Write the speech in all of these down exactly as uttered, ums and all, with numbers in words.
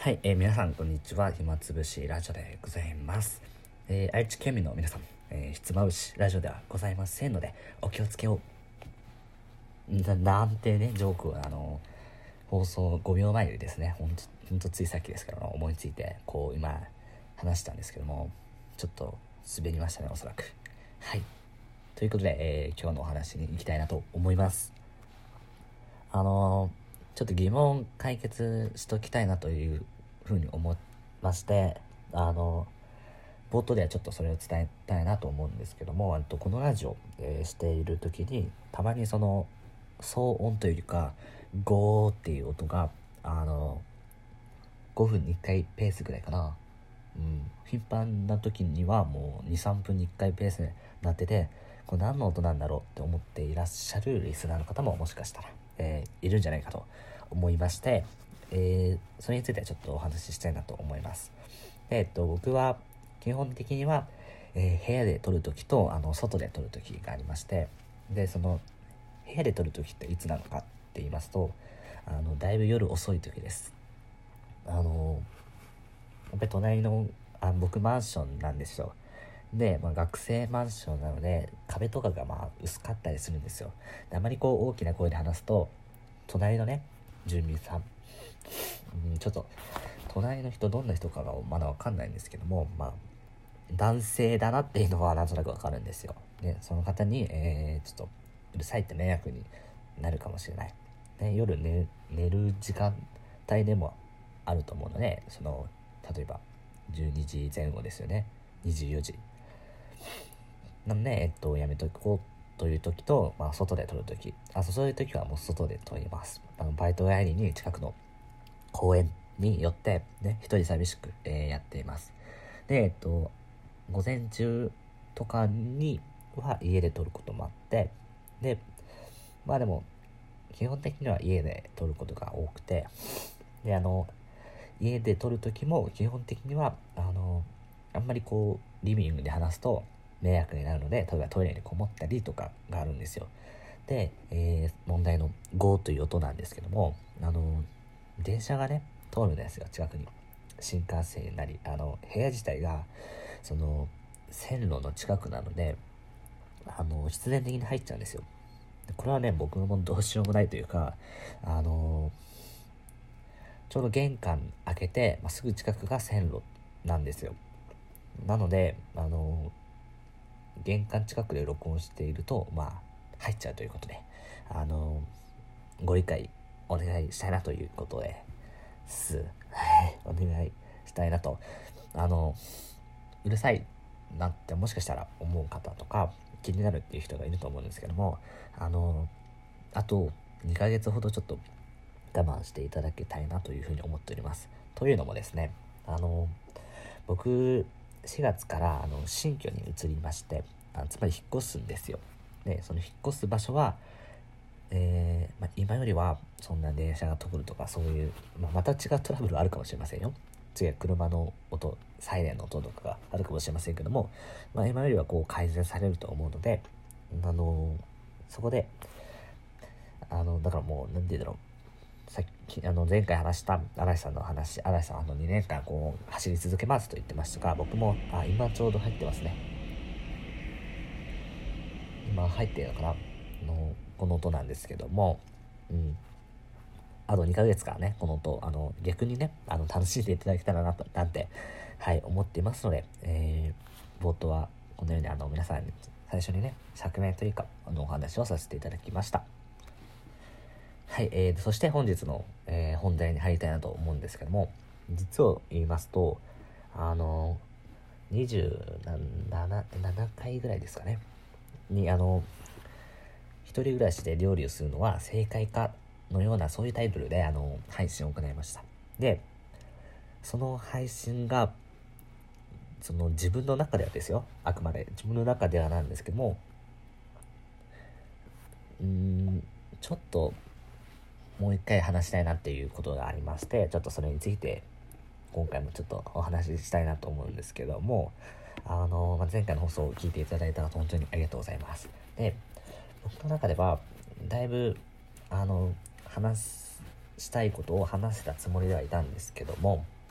はい、えー、皆さんこんにちは。暇つぶしラジオでございます。えー、愛知県民の皆さん、えー、ひつまぶしラジオではございませんのでお気をつけを。ななんてねジョークをあの放送ごびょうまえにですね、ほんとほんとついさっきですけど思いついてこう今話したんですけども、ちょっと滑りましたね、おそらく。はい、ということで、えー、今日のお話に行きたいなと思います。あのーちょっと疑問解決しときたいなというふうに思いまして、あの冒頭ではちょっとそれを伝えたいなと思うんですけども、あとこのラジオ、えーしている時にたまにその騒音というかゴーっていう音があのごふんにいっかいペースぐらいかな、うん、頻繁な時にはもう にさんぷんにいっかいペースになってて、これ何の音なんだろうって思っていらっしゃるリスナーの方ももしかしたら、えーいるんじゃないかと思いまして、えーそれについてはちょっとお話ししたいなと思います。で、えっと、僕は基本的には、えー部屋で撮るときとあの外で撮るときがありまして、でその部屋で撮るときっていつなのかって言いますと、あのだいぶ夜遅いときです。あのやっぱり隣のあ僕マンションなんですよ。で、まあ、学生マンションなので壁とかがまあ薄かったりするんですよ。であまりこう大きな声で話すと隣のね住民さん、うん、ちょっと隣の人どんな人かがまだわかんないんですけども、まあ男性だなっていうのはなんとなくわかるんですよ。でその方に、えー、ちょっとうるさいって迷惑になるかもしれない、で夜寝、寝る時間帯でもあると思うので、その例えばじゅうにじぜん後ですよね、にじゅうよじなんで、えっと、やめとこうという時と、まあ、外で撮る時、あそういう時はもう外で撮ります。あのバイト帰りに近くの公園に寄ってね、一人寂しく、えーやっています。で、えっと午前中とかには家で撮ることもあって、でまあでも基本的には家で撮ることが多くて、であの家で撮る時も基本的にはあのあんまりこうリビングで話すと迷惑になるので、例えばトイレにこもったりとかがあるんですよ。で、えー問題のゴーという音なんですけども、あの電車がね通るんですよ、近くに。新幹線なりあの部屋自体がその線路の近くなので、あの必然的に入っちゃうんですよ。でこれはね僕もどうしようもないというか、あのちょうど玄関開けて、まあ、すぐ近くが線路なんですよ。なのであの玄関近くで録音しているとまあ入っちゃうということで、あのご理解お願いしたいなということですはいお願いしたいなと。あのうるさいなってもしかしたら思う方とか気になるっていう人がいると思うんですけども、あのあとにかげつほどちょっと我慢していただきたいなというふうに思っております。というのもですね、あの僕しがつからあの新居に移りまして、あつまり引っ越すんですよ。でその引っ越す場所は、えーまあ、今よりはそんな電車が通るとかそういう、まあ、また違うトラブルはあるかもしれませんよ。次は車の音、サイレンの音とかがあるかもしれませんけども、まあ、今よりはこう改善されると思うので、あのそこであのだからもう何て言うんだろう、さっきあの前回話した嵐さんの話、嵐さんあのにねんかんこう走り続けますと言ってましたが、僕もあ今ちょうど入ってますね。今入ってるのかなのこの音なんですけども、うんあとにかげつからねこの音あの逆にねあの楽しんでいただけたらなとなんてはい思っていますので、えー、冒頭はこのようにあの皆さんに最初にね釈明というかあのお話をさせていただきました。はい、えー、そして本日の、えー本題に入りたいなと思うんですけども、実を言いますとあのにじゅうななかいぐらいですかねにあの一人暮らしで料理をするのは正解かのようなそういうタイトルであの配信を行いました。でその配信がその自分の中ではですよ、あくまで自分の中ではなんですけども、うーんちょっともう一回話したいなっていうことがありまして、ちょっとそれについて今回もちょっとお話ししたいなと思うんですけども、あの、まあ、前回の放送を聞いていただいたら本当にありがとうございます。で僕の中ではだいぶあの話したいことを話せたつもりではいたんですけども、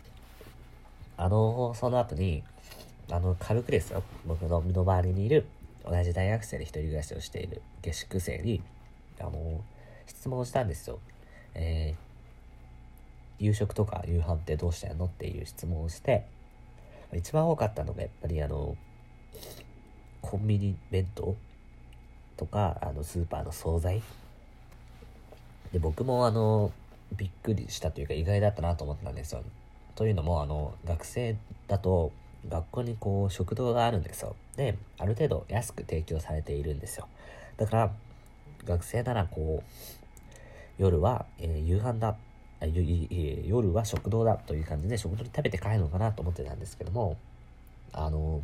あのその後にあの軽くですよ、僕の身の回りにいる同じ大学生で一人暮らしをしている下宿生にあの質問をしたんですよ。えー、夕食とか夕飯ってどうしてんのっていう質問をして、一番多かったのがやっぱりあのコンビニ弁当とかあのスーパーの惣菜で、僕もあのびっくりしたというか意外だったなと思ったんですよ。というのもあの学生だと学校にこう食堂があるんですよ。である程度安く提供されているんですよ。だから学生ならこう夜は、えー、夕飯だあゆい夜は食堂だという感じで食堂に食べて帰るのかなと思ってたんですけども、あの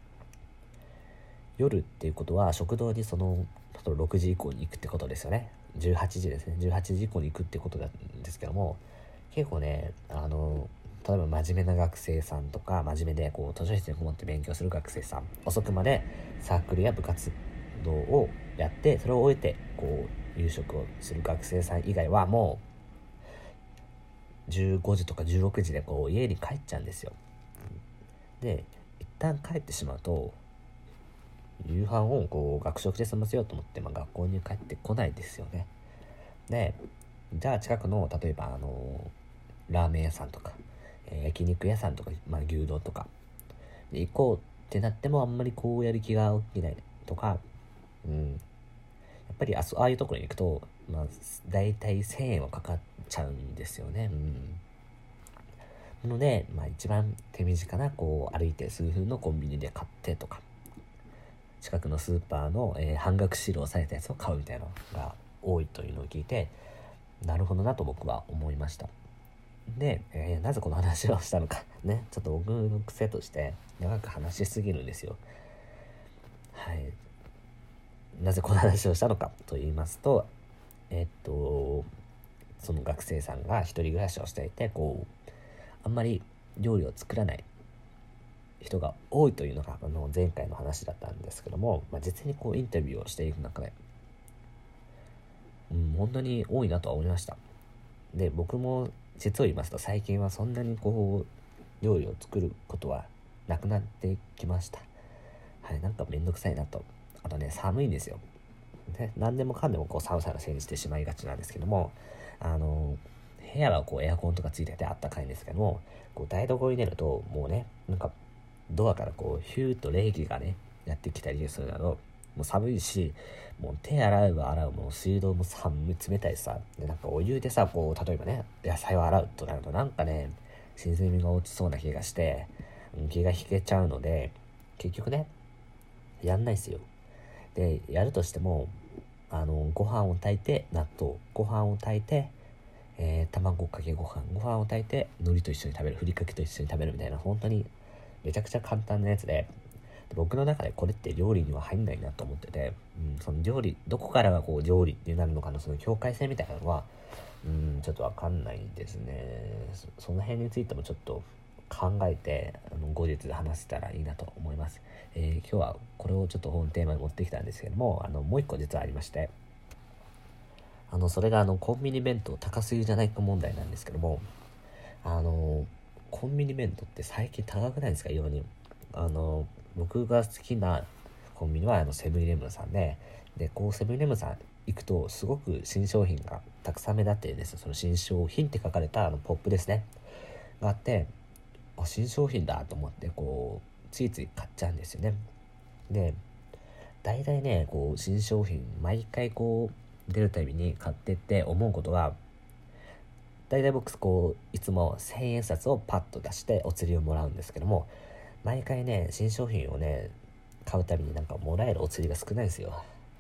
夜っていうことは食堂にそのろくじ以降に行くってことですよね。じゅうはちじですね。じゅうはちじ以降に行くってことなんですけども、結構ね、あの例えば真面目な学生さんとか、真面目でこう図書室にこもって勉強する学生さん、遅くまでサークルや部活動をやってそれを終えてこう夕食をする学生さん以外はもうじゅうごじとかじゅうろくじでこう家に帰っちゃうんですよ。で一旦帰ってしまうと夕飯をこう学食で済ませようと思って、まあ、学校に帰ってこないですよね。でじゃあ近くの例えばあのラーメン屋さんとか、えー焼肉屋さんとか、まあ、牛丼とかで行こうってなってもあんまりこうやる気が起きないとか、うん、やっぱりあそああいうところに行くと、まあ、だいたいせんえんはかかっちゃうんですよね。うん、なので、まあ、一番手短なこう歩いて数分のコンビニで買ってとか、近くのスーパーの、えー半額シールをされたやつを買うみたいなのが多いというのを聞いて、なるほどなと僕は思いました。で、えーなぜこの話をしたのかね、ちょっと僕の癖として長く話しすぎるんですよ。はい。なぜこの話をしたのかと言いますと、えーっとその学生さんが一人暮らしをしていて、こうあんまり料理を作らない人が多いというのがあの前回の話だったんですけども、まあ、実際にこうインタビューをしていく中で、うん、本当に多いなとは思いました。で僕も実を言いますと最近はそんなにこう料理を作ることはなくなってきました。はい、なんかめんどくさいなと。あとね、寒いんですよ。で何でもかんでもこう寒さのせいにしてしまいがちなんですけども、あの部屋はこうエアコンとかついててあったかいんですけども、こう台所に出るともうね、なんかドアからこうヒューと冷気がねやってきたりするなど、もう寒いし、もう手洗えば洗うもう水道も寒い冷たいさで、なんかお湯でさこう例えばね野菜を洗うとなるとなんかね沈みが落ちそうな気がして、うん、気が引けちゃうので結局ねやんないっすよ。でやるとしてもあのご飯を炊いて納豆ご飯を炊いて、えー、卵かけご飯ご飯を炊いて海苔と一緒に食べる、ふりかけと一緒に食べるみたいな、本当にめちゃくちゃ簡単なやつで、で僕の中でこれって料理には入んないなと思ってて、うん、その料理どこからがこう料理になるのかのその境界線みたいなのは、うん、ちょっとわかんないですね。そ、その辺についてもちょっと考えてあの後日話せたらいいなと思います。えー、今日はこれをちょっと本テーマに持ってきたんですけども、あのもう一個実はありまして、あのそれがあのコンビニ弁当高すぎじゃないか問題なんですけども、あのコンビニ弁当って最近高くないですか？異様に。あの僕が好きなコンビニはあのセブンイレブンさんで、でこうセブンイレブンさん行くとすごく新商品がたくさん目立っているんですよ。その新商品って書かれたあのポップですねがあって、あ新商品だと思ってこうついつい買っちゃうんですよね。で大体ねこう新商品毎回こう出るたびに買ってって思うことが、大体僕こういつもせんえん札をパッと出してお釣りをもらうんですけども、毎回ね新商品をね買うたびになんかもらえるお釣りが少ないんですよ。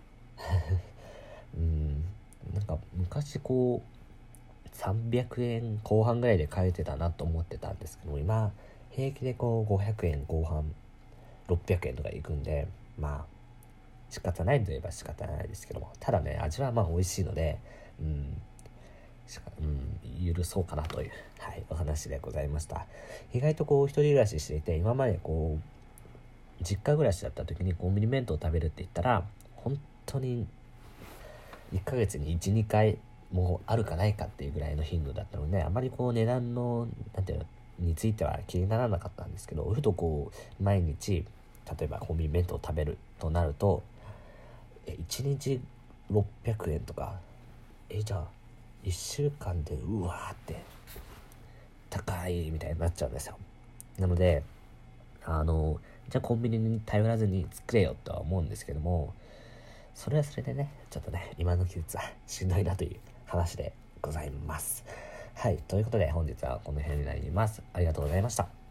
うんなんか昔こうさんびゃくえんこう半ぐらいで買えてたなと思ってたんですけども、今平気でこうごひゃくえんご半ろっぴゃくえんとかいくんで、まあ仕方ないといえば仕方ないですけども、ただね味はまあ美味しいので、うんしか、うん、許そうかなという、はい、お話でございました。意外とこう一人暮らししていて、今までこう実家暮らしだった時にコンビニ弁当を食べるって言ったら本当にいっかげつにいちにかいもうあるかないかっていうぐらいの頻度だったので、あまりこう値段のなんていうのについては気にならなかったんですけど、ふとこう毎日例えばコンビニ弁当を食べるとなると、えいちにちろっぴゃくえんとか、えじゃあいっしゅうかんでうわーって高いみたいになっちゃうんですよ。なのであのじゃあコンビニに頼らずに作れよとは思うんですけども、それはそれでねちょっとね今の季節はしんどいなという話でございます。はい、ということで本日はこの辺になります。ありがとうございました。